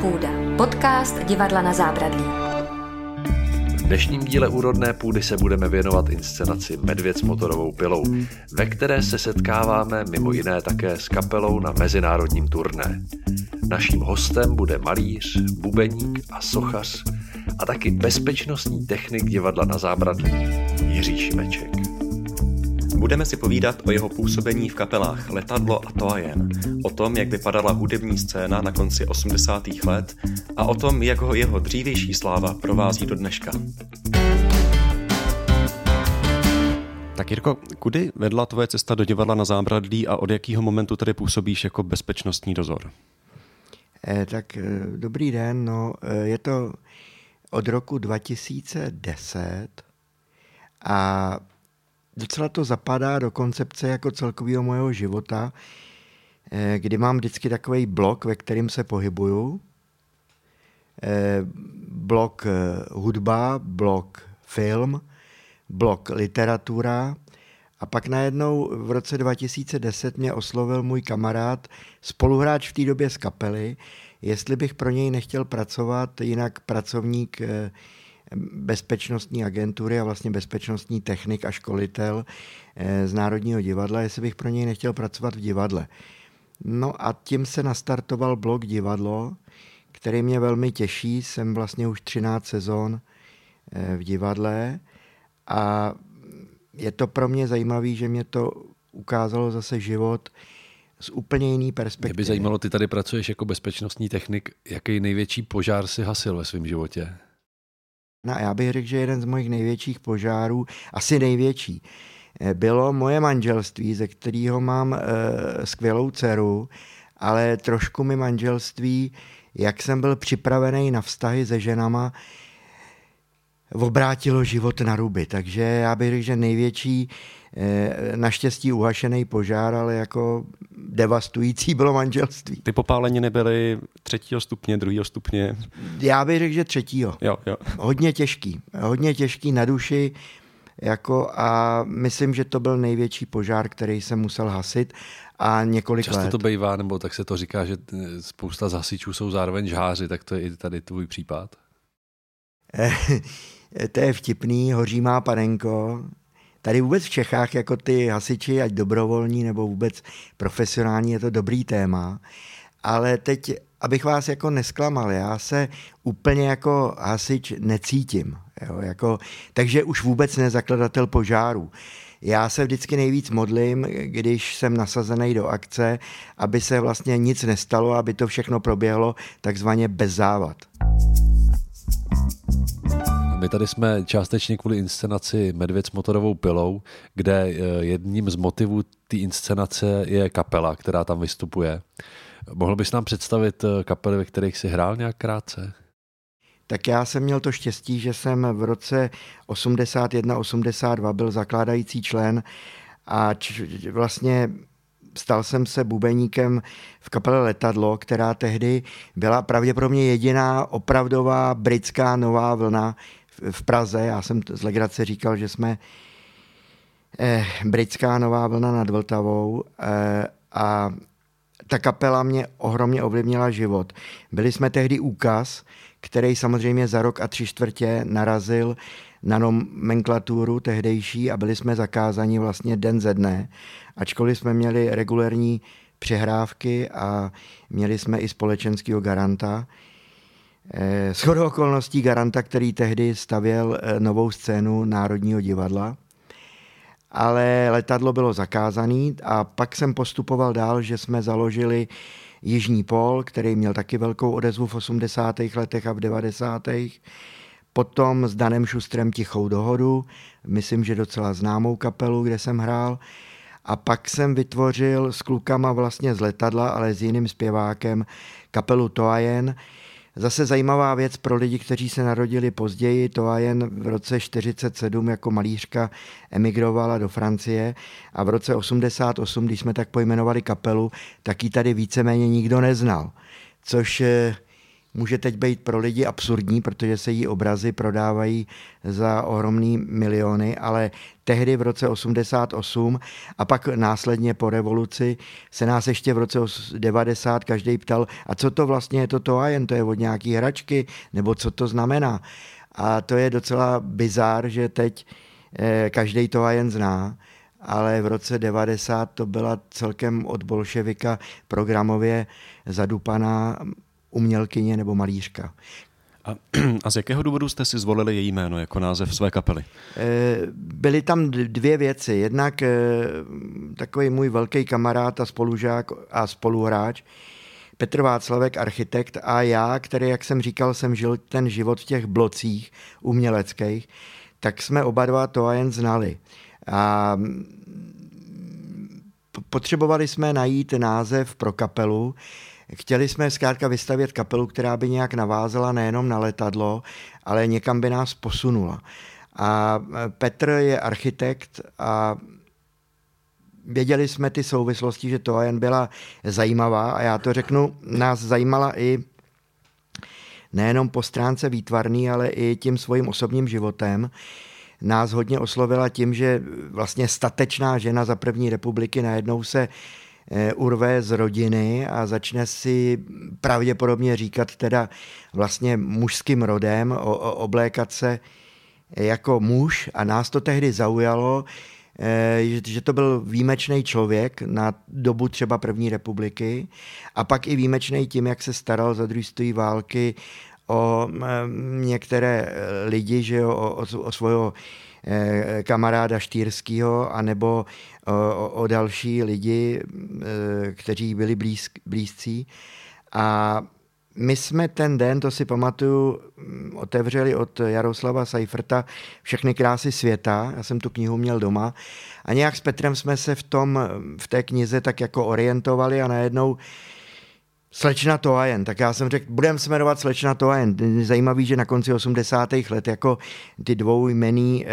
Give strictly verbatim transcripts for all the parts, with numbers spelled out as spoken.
půda, podcast Divadla Na zábradlí. V dnešním díle Úrodné půdy se budeme věnovat inscenaci Medvěd s motorovou pilou, ve které se setkáváme mimo jiné také s kapelou na mezinárodním turné. Naším hostem bude malíř, bubeník a sochař a taky bezpečnostní technik Divadla Na zábradlí Jiří Šimeček. Budeme si povídat o jeho působení v kapelách Letadlo a To a jen, o tom, jak vypadala hudební scéna na konci osmdesátých let a o tom, jak ho jeho dřívější sláva provází do dneška. Tak Jirko, kudy vedla tvoje cesta do Divadla Na zábradlí a od jakého momentu tady působíš jako bezpečnostní dozor? Eh, tak eh, dobrý den, no, eh, je to od roku dva tisíce deset a docela to zapadá do koncepce jako celkového mojeho života, eh, kdy mám vždycky takový blok, ve kterém se pohybuju. Eh, blok eh, hudba, blok film, blok literatura a pak najednou v roce dva tisíce deset mě oslovil můj kamarád, spoluhráč v té době z kapely, jestli bych pro něj nechtěl pracovat, jinak pracovník eh, bezpečnostní agentury a vlastně bezpečnostní technik a školitel eh, z Národního divadla, jestli bych pro něj nechtěl pracovat v divadle. No a tím se nastartoval blok Divadlo, který mě velmi těší, jsem vlastně už třináct sezon eh, v divadle a je to pro mě zajímavé, že mě to ukázalo zase život z úplně jiný perspektivy. Mě by zajímalo, ty tady pracuješ jako bezpečnostní technik, jaký největší požár si hasil ve svém životě? No, já bych řekl, že jeden z mojich největších požárů, asi největší, bylo moje manželství, ze kterého mám e, skvělou dceru, ale trošku mi manželství, jak jsem byl připravený na vztahy se ženama, obrátilo život na ruby. Takže já bych řekl, že největší, e, naštěstí uhašený požár, ale jako devastující bylo manželství. Ty popáleniny byly třetího stupně, druhého stupně? Já bych řekl, že třetího. Jo, jo. Hodně těžký. Hodně těžký na duši jako a myslím, že to byl největší požár, který jsem musel hasit a několik Často let. to bývá, nebo tak se to říká, že spousta z hasičů jsou zároveň žháři, tak to je i tady tvůj případ? To je vtipný, hoří má panenko. Tady vůbec v Čechách jako ty hasiči, ať dobrovolní nebo vůbec profesionální, je to dobrý téma. Ale teď, abych vás jako nesklamal, já se úplně jako hasič necítím. Jo, jako, takže už vůbec nezakladatel požáru. Já se vždycky nejvíc modlím, když jsem nasazený do akce, aby se vlastně nic nestalo, aby to všechno proběhlo takzvaně bez závad. My tady jsme částečně kvůli inscenaci Medvěd s motorovou pilou, kde jedním z motivů té inscenace je kapela, která tam vystupuje. Mohl bys nám představit kapely, ve kterých jsi hrál nějak krátce? Tak já jsem měl to štěstí, že jsem v roce osmdesát jedna osmdesát dva byl zakládající člen a č- vlastně stal jsem se bubeníkem v kapele Letadlo, která tehdy byla pravděpodobně jediná opravdová britská nová vlna v Praze. Já jsem z legrace říkal, že jsme eh, britská nová vlna nad Vltavou eh, a ta kapela mě ohromně ovlivnila život. Byli jsme tehdy úkaz, který samozřejmě za rok a tři čtvrtě narazil na nomenklaturu tehdejší a byli jsme zakázaní vlastně den ze dne. Ačkoliv jsme měli regulérní přehrávky a měli jsme i společenského garanta. Shodou okolností garanta, který tehdy stavěl novou scénu Národního divadla. Ale Letadlo bylo zakázaný a pak jsem postupoval dál, že jsme založili Jižní pól, který měl taky velkou odezvu v osmdesátých letech a v devadesátých. Potom s Danem Šustrem Tichou dohodu, myslím, že docela známou kapelu, kde jsem hrál. A pak jsem vytvořil s klukama vlastně z Letadla, ale s jiným zpěvákem kapelu To a jen. Zase zajímavá věc pro lidi, kteří se narodili později. To a jen v roce čtyřicet sedm jako malířka emigrovala do Francie a v roce osmdesát osm, když jsme tak pojmenovali kapelu, tak ji tady víceméně nikdo neznal. Což může teď být pro lidi absurdní, protože se jí obrazy prodávají za ohromný miliony, ale tehdy v roce osmdesát osm a pak následně po revoluci se nás ještě v roce devadesát každý ptal, a co to vlastně je to Toajen, to je od nějaký hračky, nebo co to znamená. A to je docela bizár, že teď eh, každý Toajen zná, ale v roce devadesát to byla celkem od bolševika programově zadupaná umělkyně nebo malířka. A, a z jakého důvodu jste si zvolili její jméno jako název své kapely? Byly tam dvě věci. Jednak takový můj velký kamarád a spolužák a spoluhráč Petr Václavek, architekt, a já, který, jak jsem říkal, jsem žil ten život v těch blocích uměleckých, tak jsme oba dva Toajen znali. A potřebovali jsme najít název pro kapelu. Chtěli jsme zkrátka vystavět kapelu, která by nějak navázala nejenom na letadlo, ale někam by nás posunula. A Petr je architekt a věděli jsme ty souvislosti, že Toajen byla zajímavá, a já to řeknu, nás zajímala i nejenom po stránce výtvarný, ale i tím svým osobním životem. Nás hodně oslovila tím, že vlastně statečná žena za první republiky najednou se urve z rodiny a začne si pravděpodobně říkat teda vlastně mužským rodem, oblékat se jako muž, a nás to tehdy zaujalo, že to byl výjimečný člověk na dobu třeba první republiky a pak i výjimečný tím, jak se staral za druhé světové války o některé lidi, že jo, o, o svého kamaráda Štýrskýho, anebo o, o další lidi, kteří byli blízk, blízcí. A my jsme ten den, to si pamatuju, otevřeli od Jaroslava Seiferta Všechny krásy světa. Já jsem tu knihu měl doma. A nějak s Petrem jsme se v tom, v té knize tak jako orientovali a najednou Slečna Toajen, tak já jsem řekl, budeme se jmenovat Slečna Toajen. Zajímavý, že na konci osmdesátých let jako ty dvoujmenný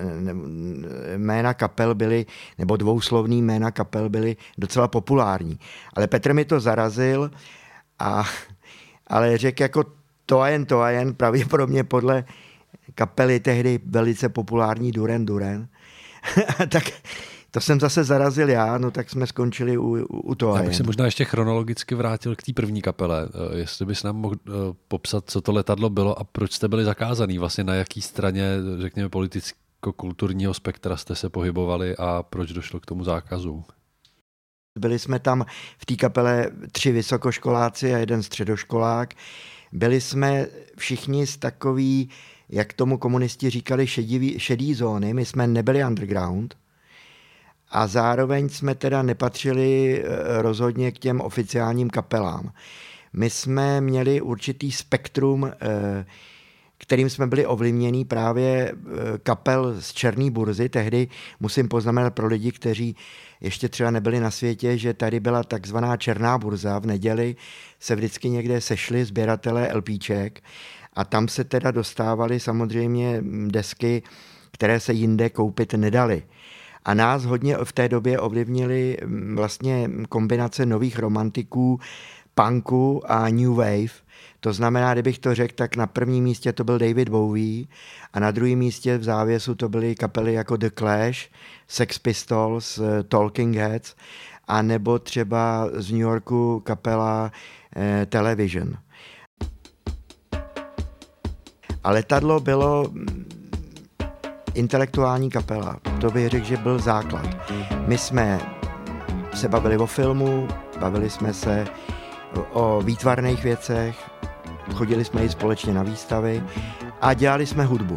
e, jména kapel byly, nebo dvouslovný jména kapel byly docela populární. Ale Petr mi to zarazil, a, ale řekl jako Toajen, Toajen, pravděpodobně podle kapely tehdy velice populární Duran Duran. Tak to jsem zase zarazil já, no tak jsme skončili u, u, u toho. Já bych se možná ještě chronologicky vrátil k té první kapele. Jestli bys nám mohl popsat, co to letadlo bylo a proč jste byli zakázaný, vlastně na jaký straně, řekněme, politicko-kulturního spektra jste se pohybovali a proč došlo k tomu zákazu? Byli jsme tam v té kapele tři vysokoškoláci a jeden středoškolák. Byli jsme všichni z takový, jak tomu komunisti říkali, šedivý, šedý zóny. My jsme nebyli underground. A zároveň jsme teda nepatřili rozhodně k těm oficiálním kapelám. My jsme měli určitý spektrum, kterým jsme byli ovlivněni právě kapel z Černé burzy. Tehdy musím poznamenat pro lidi, kteří ještě třeba nebyli na světě, že tady byla takzvaná Černá burza. V neděli se vždycky někde sešli sběratelé LPček a tam se teda dostávaly samozřejmě desky, které se jinde koupit nedaly. A nás hodně v té době ovlivnili vlastně kombinace nových romantiků, punku a new wave. To znamená, kdybych to řekl, tak na prvním místě to byl David Bowie a na druhém místě v závěsu to byly kapely jako The Clash, Sex Pistols, Talking Heads a nebo třeba z New Yorku kapela eh, Television. A letadlo bylo intelektuální kapela. To bych řekl, že byl základ. My jsme se bavili o filmu, bavili jsme se o výtvarných věcech, chodili jsme i společně na výstavy a dělali jsme hudbu.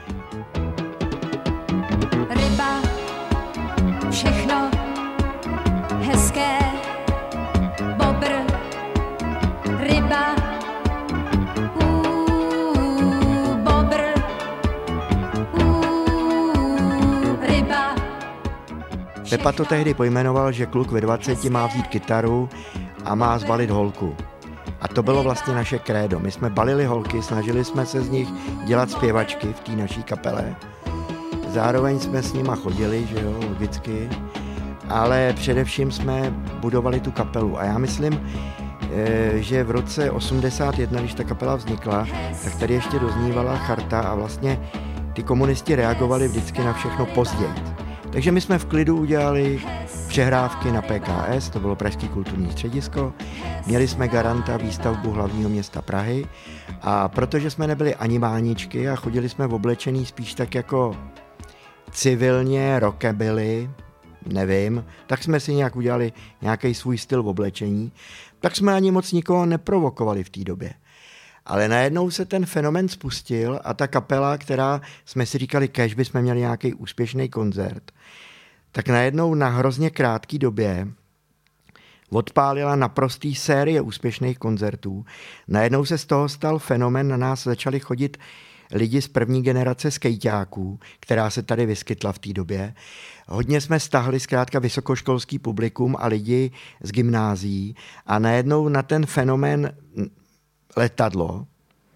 Ryba, všechno hezké, bobr, ryba, Pepa to tehdy pojmenoval, že kluk ve dvaceti má vzít kytaru a má zbalit holku. A to bylo vlastně naše krédo. My jsme balili holky, snažili jsme se z nich dělat zpěvačky v té naší kapele. Zároveň jsme s nima chodili, že jo, logicky. Ale především jsme budovali tu kapelu. A já myslím, že v roce osmdesát jedna, když ta kapela vznikla, tak tady ještě doznívala charta a vlastně ty komunisti reagovali vždycky na všechno později. Takže my jsme v klidu udělali přehrávky na P K S, to bylo Pražský kulturní středisko, měli jsme garanta výstavbu hlavního města Prahy a protože jsme nebyli ani báničky a chodili jsme oblečený spíš tak jako civilně, rockabilly, nevím, tak jsme si nějak udělali nějaký svůj styl v oblečení, tak jsme ani moc nikoho neprovokovali v té době. Ale najednou se ten fenomén spustil a ta kapela, která jsme si říkali, kež bychom měli nějaký úspěšný koncert, tak najednou na hrozně krátké době odpálila naprostý série úspěšných koncertů. Najednou se z toho stal fenomén, na nás začali chodit lidi z první generace skejťáků, která se tady vyskytla v té době. Hodně jsme stáhli zkrátka vysokoškolský publikum a lidi z gymnázií a najednou na ten fenomén Letadlo.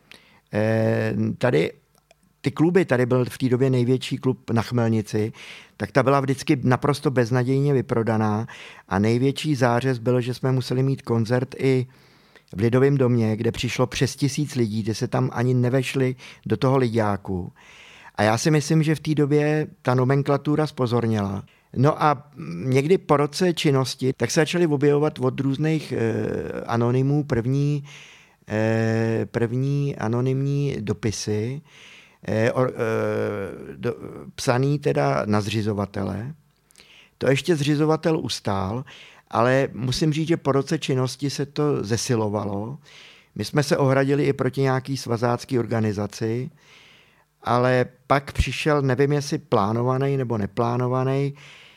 Tady ty kluby, tady byl v té době největší klub na Chmelnici, tak ta byla vždycky naprosto beznadějně vyprodaná a největší zářez byl, že jsme museli mít koncert i v Lidovém domě, kde přišlo přes tisíc lidí, kde se tam ani nevešli do toho liďáku. A já si myslím, že v té době ta nomenklatura spozorněla. No a někdy po roce činnosti, tak se začaly objevovat od různých eh, anonymů první první anonymní dopisy eh, or, eh, do, psaný teda na zřizovatele. To ještě zřizovatel ustál, ale musím říct, že po roce činnosti se to zesilovalo. My jsme se ohradili i proti nějaký svazácký organizaci, ale pak přišel, nevím jestli plánovaný nebo neplánovaný,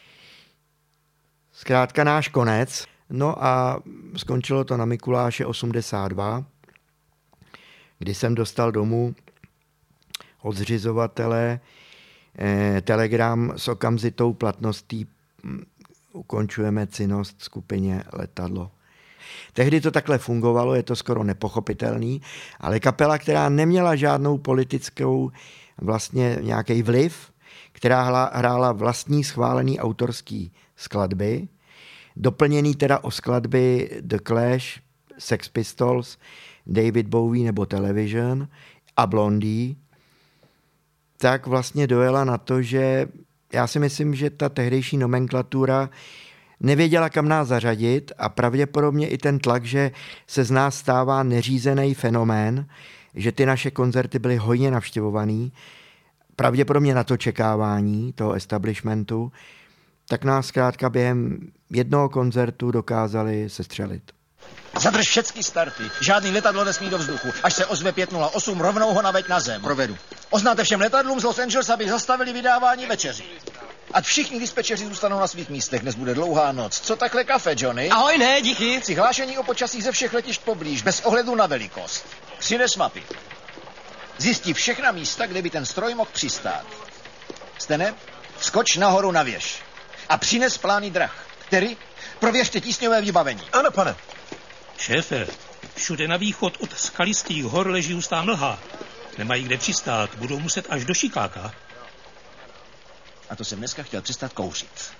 zkrátka náš konec. No a skončilo to na Mikuláše osmdesát dva, kdy jsem dostal domů od zřizovatele eh, telegram s okamžitou platností hm, ukončujeme činnost skupině Letadlo. Tehdy to takhle fungovalo, je to skoro nepochopitelný, ale kapela, která neměla žádnou politickou vlastně nějaký vliv, která hrála vlastní schválený autorský skladby, doplněný teda o skladby The Clash, Sex Pistols, David Bowie nebo Television a Blondie, tak vlastně dojela na to, že já si myslím, že ta tehdejší nomenklatura nevěděla, kam nás zařadit a pravděpodobně i ten tlak, že se z nás stává neřízený fenomén, že ty naše koncerty byly hojně navštěvovaný, pravděpodobně na to čekávání toho establishmentu, tak nás zkrátka během jednoho koncertu dokázali sestřelit. Zadrž všechny starty. Žádný letadlo nesmí do vzduchu. Až se ozve pět nula osm, rovnou ho naveď na zem. Provedu. Oznáte všem letadlům z Los Angeles, aby zastavili vydávání večeří. Ať všichni dispečeři zůstanou na svých místech, dnes bude dlouhá noc. Co takhle kafe, Johnny? Ahoj, ne, díky. Chci hlášení o počasí ze všech letišť poblíž, bez ohledu na velikost. Přines mapy. Zjistí všechna místa, kde by ten stroj mohl přistát. Stene, vskoč nahoru na věž. A přines plány drah. Který? Prověřte tísňové vybavení. Ano, pane. Šéfe, všude na východ od skalistých hor leží hustá mlha. Nemají kde přistát, budou muset až do Chicaga. A to jsem dneska chtěl přestat kouřit.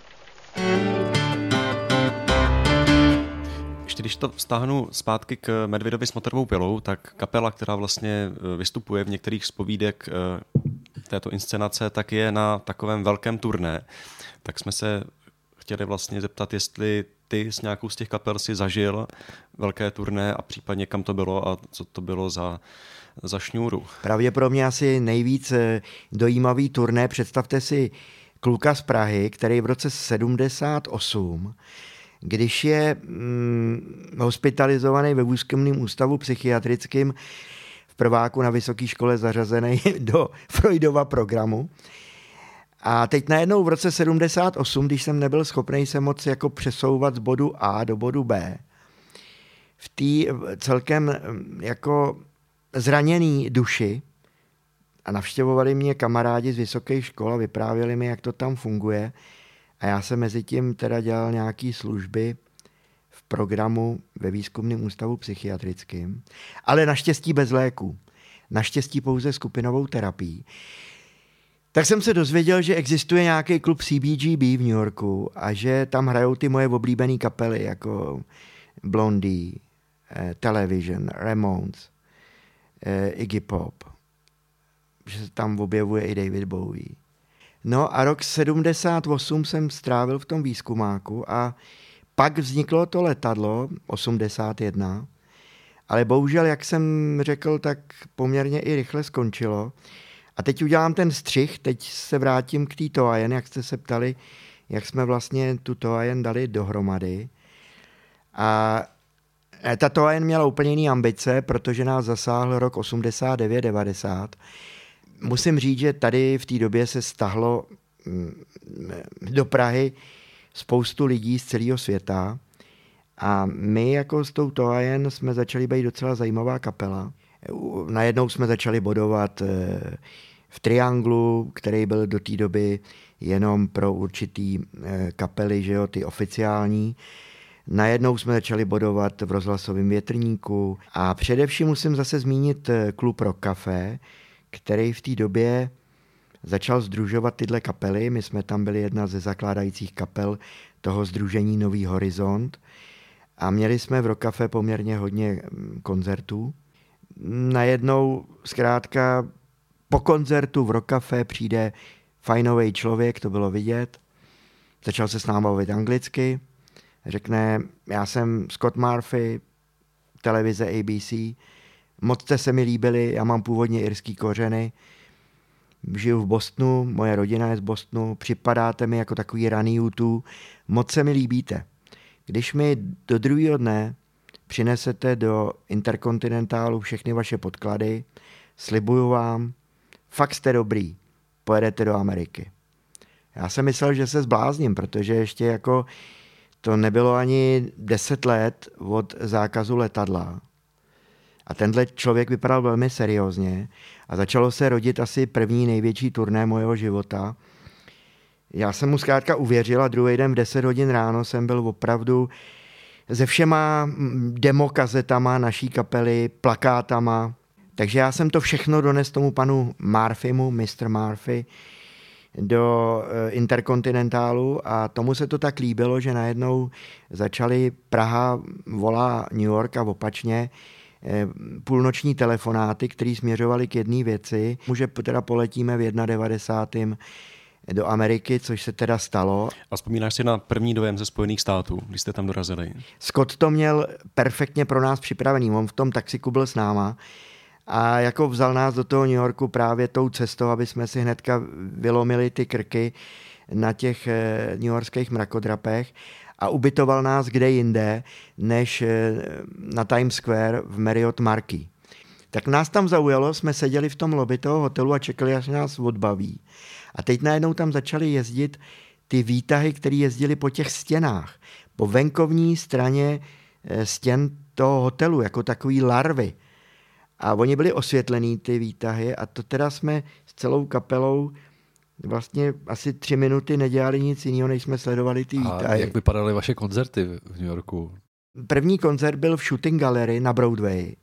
Ještě když to vztáhnu zpátky k Medvědovi s motorovou pilou, tak kapela, která vlastně vystupuje v některých z povídek této inscenace, tak je na takovém velkém turné. Tak jsme se chtěli vlastně zeptat, jestli ty s nějakou z těch kapel si zažil velké turné a případně kam to bylo a co to bylo za, za šňůru. Pravděpodobně asi nejvíc dojímavý turné. Představte si kluka z Prahy, který v roce sedmdesát osm, když je hm, hospitalizovaný ve výzkumném ústavu psychiatrickým v prváku na vysoké škole zařazený do Freudova programu. A teď najednou v roce sedmdesát osm, když jsem nebyl schopný se moc jako přesouvat z bodu A do bodu B, v té celkem jako zraněný duši a navštěvovali mě kamarádi z vysoké školy a vyprávěli mi, jak to tam funguje. A já jsem mezi tím teda dělal nějaký služby v programu ve výzkumném ústavu psychiatrickým, ale naštěstí bez léků. Naštěstí pouze skupinovou terapii. Tak jsem se dozvěděl, že existuje nějaký klub C B G B v New Yorku a že tam hrajou ty moje oblíbené kapely, jako Blondie, Television, Ramones, Iggy Pop, že se tam objevuje i David Bowie. No a rok sedmdesát osm jsem strávil v tom výzkumáku a pak vzniklo to letadlo osmdesát jedna, ale bohužel, jak jsem řekl, tak poměrně i rychle skončilo. A teď udělám ten střih, teď se vrátím k té Toajen, jak jste se ptali, jak jsme vlastně tu Toajen dali dohromady. A ta Toajen měla úplně jiný ambice, protože nás zasáhl rok osmdesát devět devadesát. Musím říct, že tady v té době se stahlo do Prahy spoustu lidí z celého světa a my jako s tou Toajen jsme začali být docela zajímavá kapela. Najednou jsme začali bodovat v Trianglu, který byl do té doby jenom pro určitý kapely, že jo, ty oficiální. Najednou jsme začali bodovat v Rozhlasovém Větrníku a především musím zase zmínit klub Rock Café, který v té době začal sdružovat tyhle kapely. My jsme tam byli jedna ze zakládajících kapel toho sdružení Nový horizont a měli jsme v Rock Café poměrně hodně koncertů. Najednou zkrátka po koncertu v Rock Café přijde fajnový člověk, to bylo vidět, začal se s námi bavit anglicky, řekne, já jsem Scott Murphy, televize A B C, moc jste se mi líbili, já mám původně irský kořeny, žiju v Bostonu, moje rodina je z Bostonu, připadáte mi jako takový raný U dva, moc se mi líbíte. Když mi do druhého dne přinesete do Interkontinentálu všechny vaše podklady, slibuju vám, fakt jste dobrý, pojedete do Ameriky. Já jsem myslel, že se zblázním, protože ještě jako to nebylo ani deset let od zákazu letadla. A tenhle člověk vypadal velmi seriózně a začalo se rodit asi první největší turné mojeho života. Já jsem mu zkrátka uvěřil a druhý den v deset hodin ráno jsem byl opravdu se všema demokazetama naší kapely, plakátama. Takže já jsem to všechno donesl tomu panu Murphymu, mister Murphy, do Interkontinentálu a tomu se to tak líbilo, že najednou začali Praha volá New York a opačně půlnoční telefonáty, které směřovaly k jedné věci. Že teda poletíme v devadesátém prvním do Ameriky, což se teda stalo. A vzpomínáš si na první dojem ze Spojených států, když jste tam dorazili? Scott to měl perfektně pro nás připravený. On v tom taxiku byl s náma a jako vzal nás do toho New Yorku právě tou cestou, aby jsme si hnedka vylomili ty krky na těch newyorských mrakodrapech a ubytoval nás kde jinde, než na Times Square v Marriott Marquis. Tak nás tam zaujalo, jsme seděli v tom lobby toho hotelu a čekali, až nás odbaví. A teď najednou tam začaly jezdit ty výtahy, které jezdily po těch stěnách. Po venkovní straně stěn toho hotelu, jako takový larvy. A oni byli osvětlený, ty výtahy, a to teda jsme s celou kapelou vlastně asi tři minuty nedělali nic jiného, než jsme sledovali ty výtahy. A jak vypadaly vaše koncerty v New Yorku? První koncert byl v Shooting Gallery na Broadway.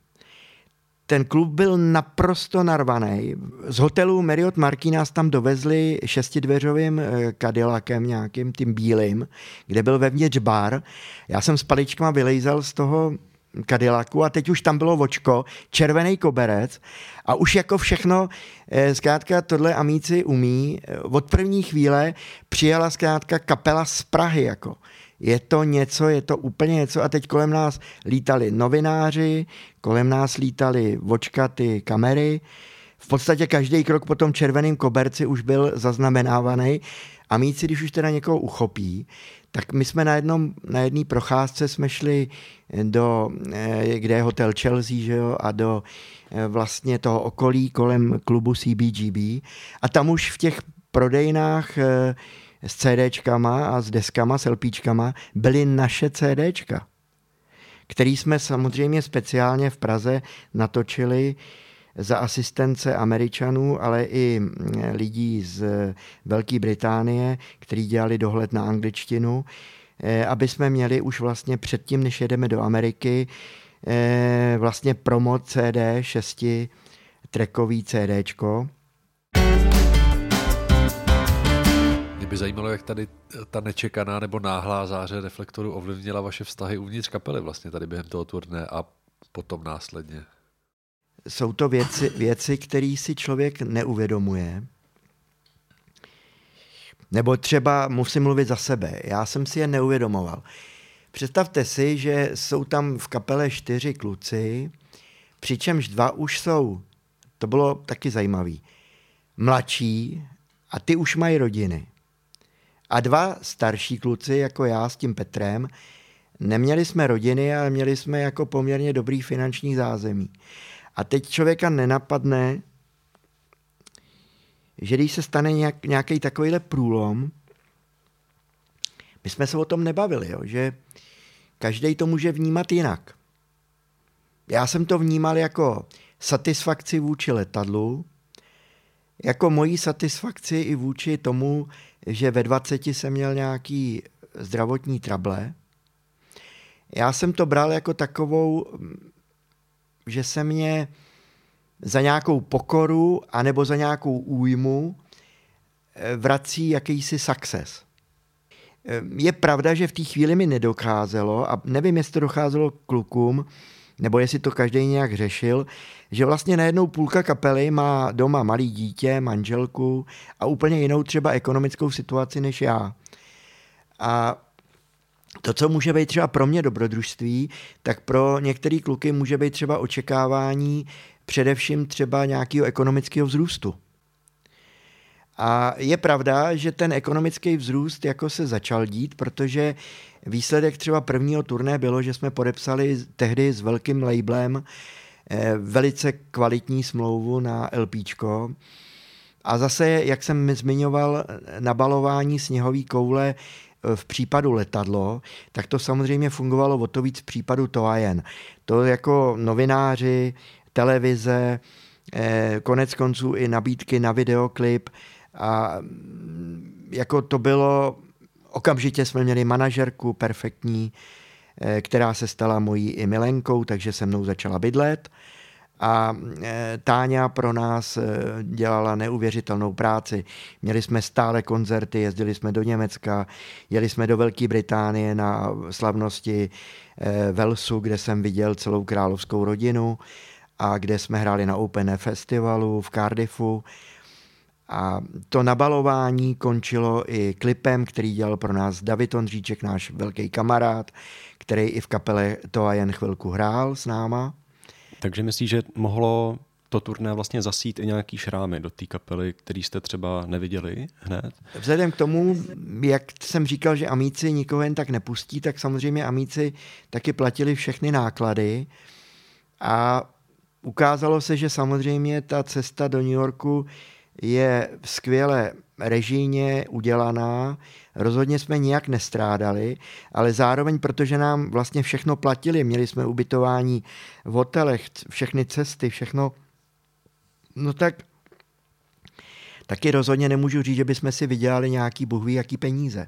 Ten klub byl naprosto narvaný. Z hotelu Marriott Marquis nás tam dovezli šestidveřovým Cadillacem nějakým, tím bílým, kde byl vevnitř bar. Já jsem s paličkama vylejzal z toho Cadillacu a teď už tam bylo vočko, červený koberec a už jako všechno, zkrátka tohle amíci umí. Od první chvíle přijela zkrátka kapela z Prahy, jako. Je to něco, je to úplně něco a teď kolem nás lítali novináři, kolem nás lítali vočka ty kamery. V podstatě každý krok po tom červeném koberci už byl zaznamenávaný a míci, když už teda někoho uchopí, tak my jsme na jednom, na jedné procházce jsme šli do, kde je hotel Chelsea, že jo, a do vlastně toho okolí kolem klubu C B G B a tam už v těch prodejnách s CDčkama a s deskama, s LPčkama byly naše CDčka, který jsme samozřejmě speciálně v Praze natočili za asistence Američanů, ale i lidí z Velké Británie, kteří dělali dohled na angličtinu, aby jsme měli už vlastně předtím, než jedeme do Ameriky, vlastně promo C D, šesti trackový CDčko. Mě by zajímalo, jak tady ta nečekaná nebo náhlá záře Reflektoru ovlivnila vaše vztahy uvnitř kapely vlastně tady během toho turné a potom následně? Jsou to věci, věci, které si člověk neuvědomuje. Nebo třeba musím mluvit za sebe. Já jsem si je neuvědomoval. Představte si, že jsou tam v kapele čtyři kluci, přičemž dva už jsou, to bylo taky zajímavý, mladší a ty už mají rodiny. A dva starší kluci, jako já s tím Petrem, neměli jsme rodiny, ale měli jsme jako poměrně dobrý finanční zázemí. A teď člověka nenapadne, že když se stane nějak, nějaký takovýhle průlom, my jsme se o tom nebavili, jo, že každý to může vnímat jinak. Já jsem to vnímal jako satisfakci vůči letadlu, jako mojí satisfakci i vůči tomu, že ve dvaceti jsem měl nějaký zdravotní trable. Já jsem to bral jako takovou, že se mě za nějakou pokoru anebo za nějakou újmu vrací jakýsi success. Je pravda, že v té chvíli mi nedocházelo, a nevím, jestli to docházelo klukům, nebo jestli to každý nějak řešil, že vlastně najednou půlka kapely má doma malý dítě, manželku a úplně jinou třeba ekonomickou situaci než já. A to, co může být třeba pro mě dobrodružství, tak pro některé kluky může být třeba očekávání především třeba nějakého ekonomického vzrůstu. A je pravda, že ten ekonomický vzrůst jako se začal dít, protože výsledek třeba prvního turné bylo, že jsme podepsali tehdy s velkým labelem eh, velice kvalitní smlouvu na LPčko. A zase, jak jsem zmiňoval, nabalování sněhové koule v případu letadlo, tak to samozřejmě fungovalo o to víc v případu T O A J N. To jako novináři, televize, eh, konec konců i nabídky na videoklip, a jako to bylo, okamžitě jsme měli manažerku perfektní, která se stala mojí i milenkou, takže se mnou začala bydlet. A Táňa pro nás dělala neuvěřitelnou práci. Měli jsme stále koncerty, jezdili jsme do Německa, jeli jsme do Velké Británie na slavnosti Walesu, kde jsem viděl celou královskou rodinu a kde jsme hráli na Open Air festivalu v Cardiffu. A to nabalování končilo i klipem, který dělal pro nás David Ondříček, náš velký kamarád, který i v kapele T O A J N chvilku hrál s náma. Takže myslíš, že mohlo to turné vlastně zasít i nějaký šrámy do té kapely, který jste třeba neviděli hned? Vzhledem k tomu, jak jsem říkal, že amíci nikoho jen tak nepustí, tak samozřejmě amíci taky platili všechny náklady a ukázalo se, že samozřejmě ta cesta do New Yorku je skvěle režijně udělaná, rozhodně jsme nijak nestrádali, ale zároveň, protože nám vlastně všechno platili, měli jsme ubytování v hotelech, všechny cesty, všechno, no tak taky rozhodně nemůžu říct, že bychom si vydělali nějaký bůh ví jaký peníze.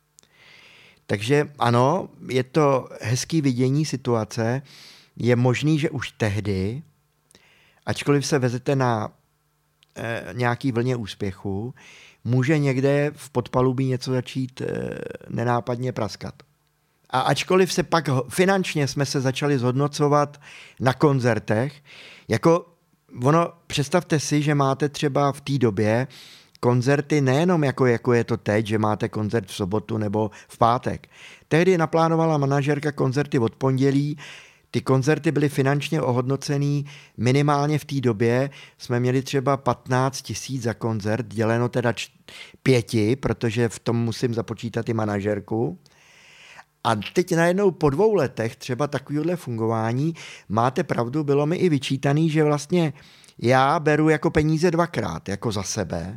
Takže ano, je to hezký vidění situace, je možný, že už tehdy, ačkoliv se vezete na nějaký vlně úspěchu, může někde v podpalubí něco začít nenápadně praskat. A ačkoliv se pak finančně jsme se začali zhodnocovat na koncertech, jako ono, představte si, že máte třeba v té době koncerty nejenom jako, jako je to teď, že máte koncert v sobotu nebo v pátek. Tehdy naplánovala manažerka koncerty od pondělí. Ty koncerty byly finančně ohodnocený minimálně v té době. Jsme měli třeba patnáct tisíc za koncert, děleno teda č- pěti, protože v tom musím započítat i manažerku. A teď najednou po dvou letech třeba takovéhle fungování, máte pravdu, bylo mi i vyčítaný, že vlastně já beru jako peníze dvakrát, jako za sebe,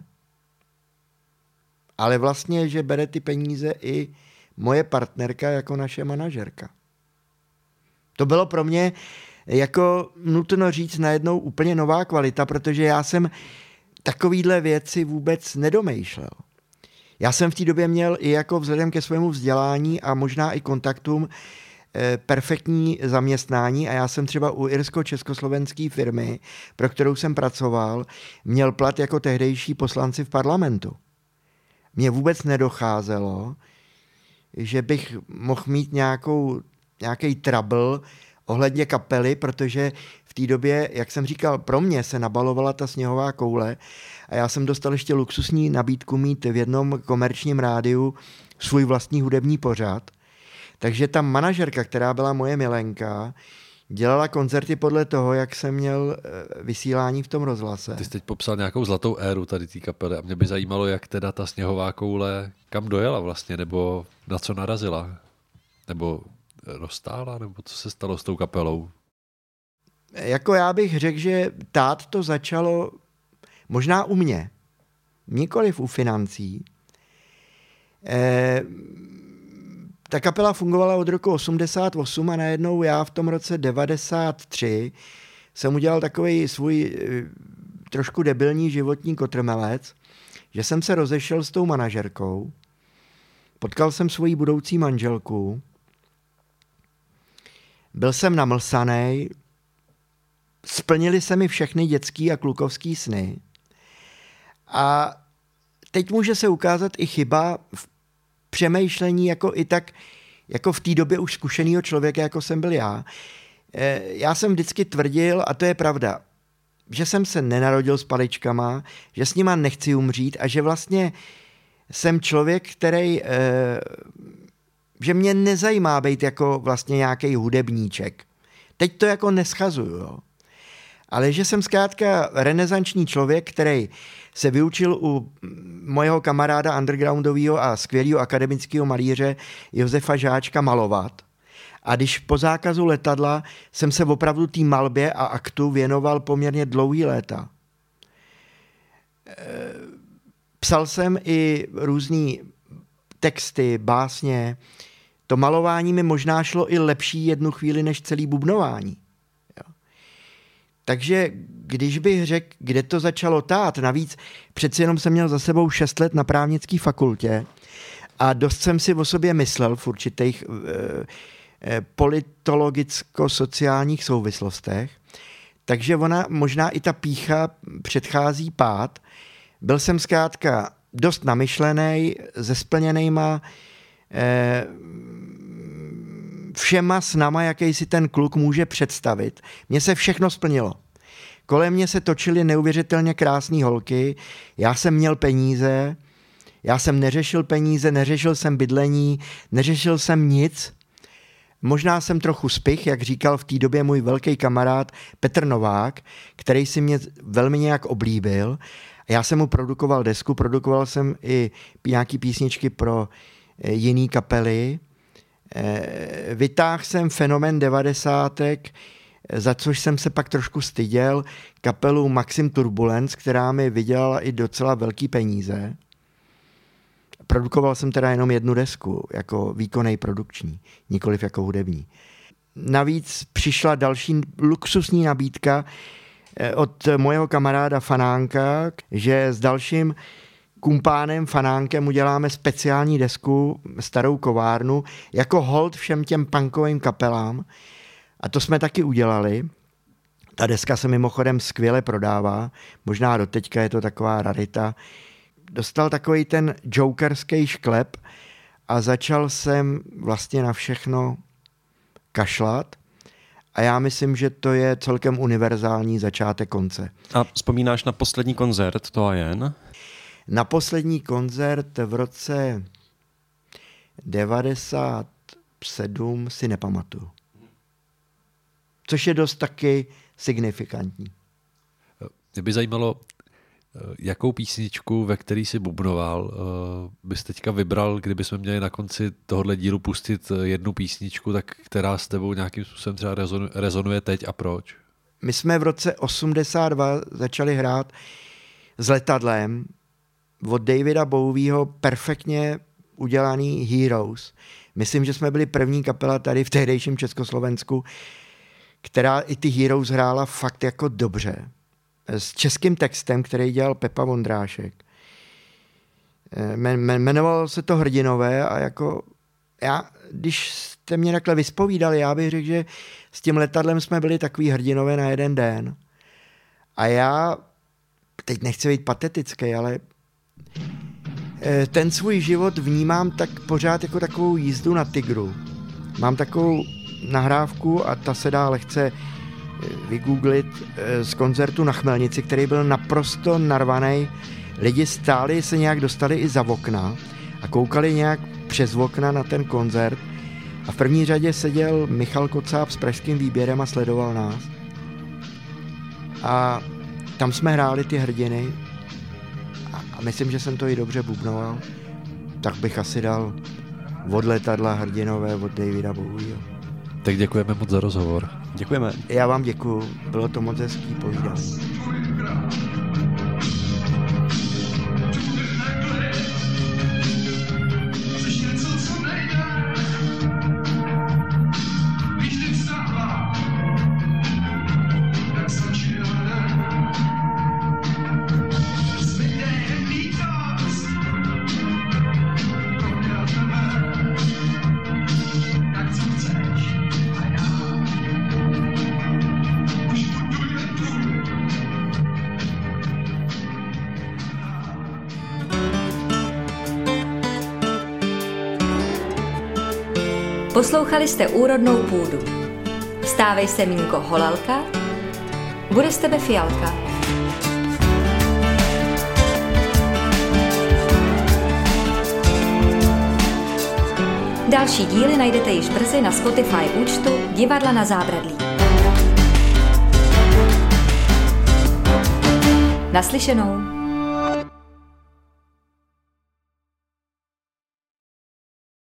ale vlastně, že bere ty peníze i moje partnerka jako naše manažerka. To bylo pro mě jako nutno říct najednou úplně nová kvalita, protože já jsem takovýhle věci vůbec nedomýšlel. Já jsem v té době měl i jako vzhledem ke svému vzdělání a možná i kontaktům perfektní zaměstnání a já jsem třeba u irsko-československé firmy, pro kterou jsem pracoval, měl plat jako tehdejší poslanci v parlamentu. Mně vůbec nedocházelo, že bych mohl mít nějakou, nějaký trouble ohledně kapely, protože v té době, jak jsem říkal, pro mě se nabalovala ta sněhová koule a já jsem dostal ještě luxusní nabídku mít v jednom komerčním rádiu svůj vlastní hudební pořad. Takže ta manažerka, která byla moje milenka, dělala koncerty podle toho, jak jsem měl vysílání v tom rozhlase. Ty jsi teď popsal nějakou zlatou éru tady té kapely a mě by zajímalo, jak teda ta sněhová koule kam dojela vlastně, nebo na co narazila, nebo roztála, nebo co se stalo s tou kapelou? Jako já bych řekl, že tát to začalo možná u mě, nikoliv u financí. E, ta kapela fungovala od roku osmdesát osm a najednou já v tom roce devadesát tři jsem udělal takový svůj trošku debilní životní kotrmelec, že jsem se rozešel s tou manažerkou, potkal jsem svoji budoucí manželku, byl jsem namlsanej, splnili se mi všechny dětský a klukovský sny a teď může se ukázat i chyba v přemýšlení jako i tak, jako v té době už zkušenýho člověka, jako jsem byl já. Já jsem vždycky tvrdil, a to je pravda, že jsem se nenarodil s paličkama, že s nima nechci umřít a že vlastně jsem člověk, který, že mě nezajímá být jako vlastně nějaký hudebníček. Teď to jako neschazuju, jo. Ale že jsem zkrátka renesanční člověk, který se vyučil u mojeho kamaráda undergroundového a skvělého akademického malíře Josefa Žáčka malovat. A když po zákazu letadla jsem se opravdu té malbě a aktu věnoval poměrně dlouhý léta. Psal jsem i různý texty, básně. To malování mi možná šlo i lepší jednu chvíli než celý bubnování. Takže když bych řekl, kde to začalo tát, navíc přeci jenom jsem měl za sebou šest let na právnické fakultě a dost jsem si o sobě myslel v určitých eh, eh, politologicko-sociálních souvislostech, takže ona, možná i ta pýcha předchází pád. Byl jsem zkrátka dost namyšlený, se splněnejma eh, všema snama, jaký si ten kluk může představit. Mně se všechno splnilo. Kolem mě se točily neuvěřitelně krásné holky, já jsem měl peníze, já jsem neřešil peníze, neřešil jsem bydlení, neřešil jsem nic. Možná jsem trochu spich, jak říkal v té době můj velký kamarád Petr Novák, který si mě velmi nějak oblíbil. Já jsem mu produkoval desku, produkoval jsem i nějaký písničky pro jiný kapely. Vytáhl jsem fenomén devadesátek, za což jsem se pak trošku styděl, kapelu Maxim Turbulence, která mi vydělala i docela velký peníze. Produkoval jsem teda jenom jednu desku, jako výkonnej produkční, nikoliv jako hudební. Navíc přišla další luxusní nabídka od mojeho kamaráda Fanánka, že s dalším kumpánem Fanánkem uděláme speciální desku, Starou kovárnu, jako hold všem těm punkovým kapelám. A to jsme taky udělali. Ta deska se mimochodem skvěle prodává, možná doteďka je to taková rarita. Dostal takový ten jokerský šklep a začal jsem vlastně na všechno kašlat. A já myslím, že to je celkem univerzální začátek konce. A vzpomínáš na poslední koncert, to a jen? Na poslední koncert v roce devadesát sedm si nepamatuju. Což je dost taky signifikantní. Mě by zajímalo, jakou písničku, ve který si bubnoval, bys teďka vybral, kdybychom měli na konci tohohle dílu pustit jednu písničku, tak která s tebou nějakým způsobem třeba rezonuje teď a proč? My jsme v roce osmdesát dva začali hrát s letadlem od Davida Bowieho perfektně udělaný Heroes. Myslím, že jsme byli první kapela tady v tehdejším Československu, která i ty Heroes hrála fakt jako dobře. S českým textem, který dělal Pepa Vondrášek. Jmenovalo se to Hrdinové a jako já, když jste mě takhle vyspovídali, já bych řekl, že s tím letadlem jsme byli takový hrdinové na jeden den. A já, teď nechci být patetický, ale ten svůj život vnímám tak pořád jako takovou jízdu na tygru. Mám takovou nahrávku a ta se dá lehce vygooglit z koncertu na Chmelnici, který byl naprosto narvaný. Lidi stáli, se nějak dostali i za okna a koukali nějak přes okna na ten koncert a v první řadě seděl Michal Kocáb s pražským výběrem a sledoval nás. A tam jsme hráli ty hrdiny a myslím, že jsem to i dobře bubnoval, tak bych asi dal Od letadla hrdinové od Davida Bowieho. Tak děkujeme moc za rozhovor. Děkujeme. Já vám děkuju, bylo to moc hezký povídat. Poslouchali jste Úrodnou půdu. Stávej se, Mínko, Holalka, bude z tebe fialka. Další díly najdete již brzy na Spotify účtu Divadla na zábradlí. Naslyšenou.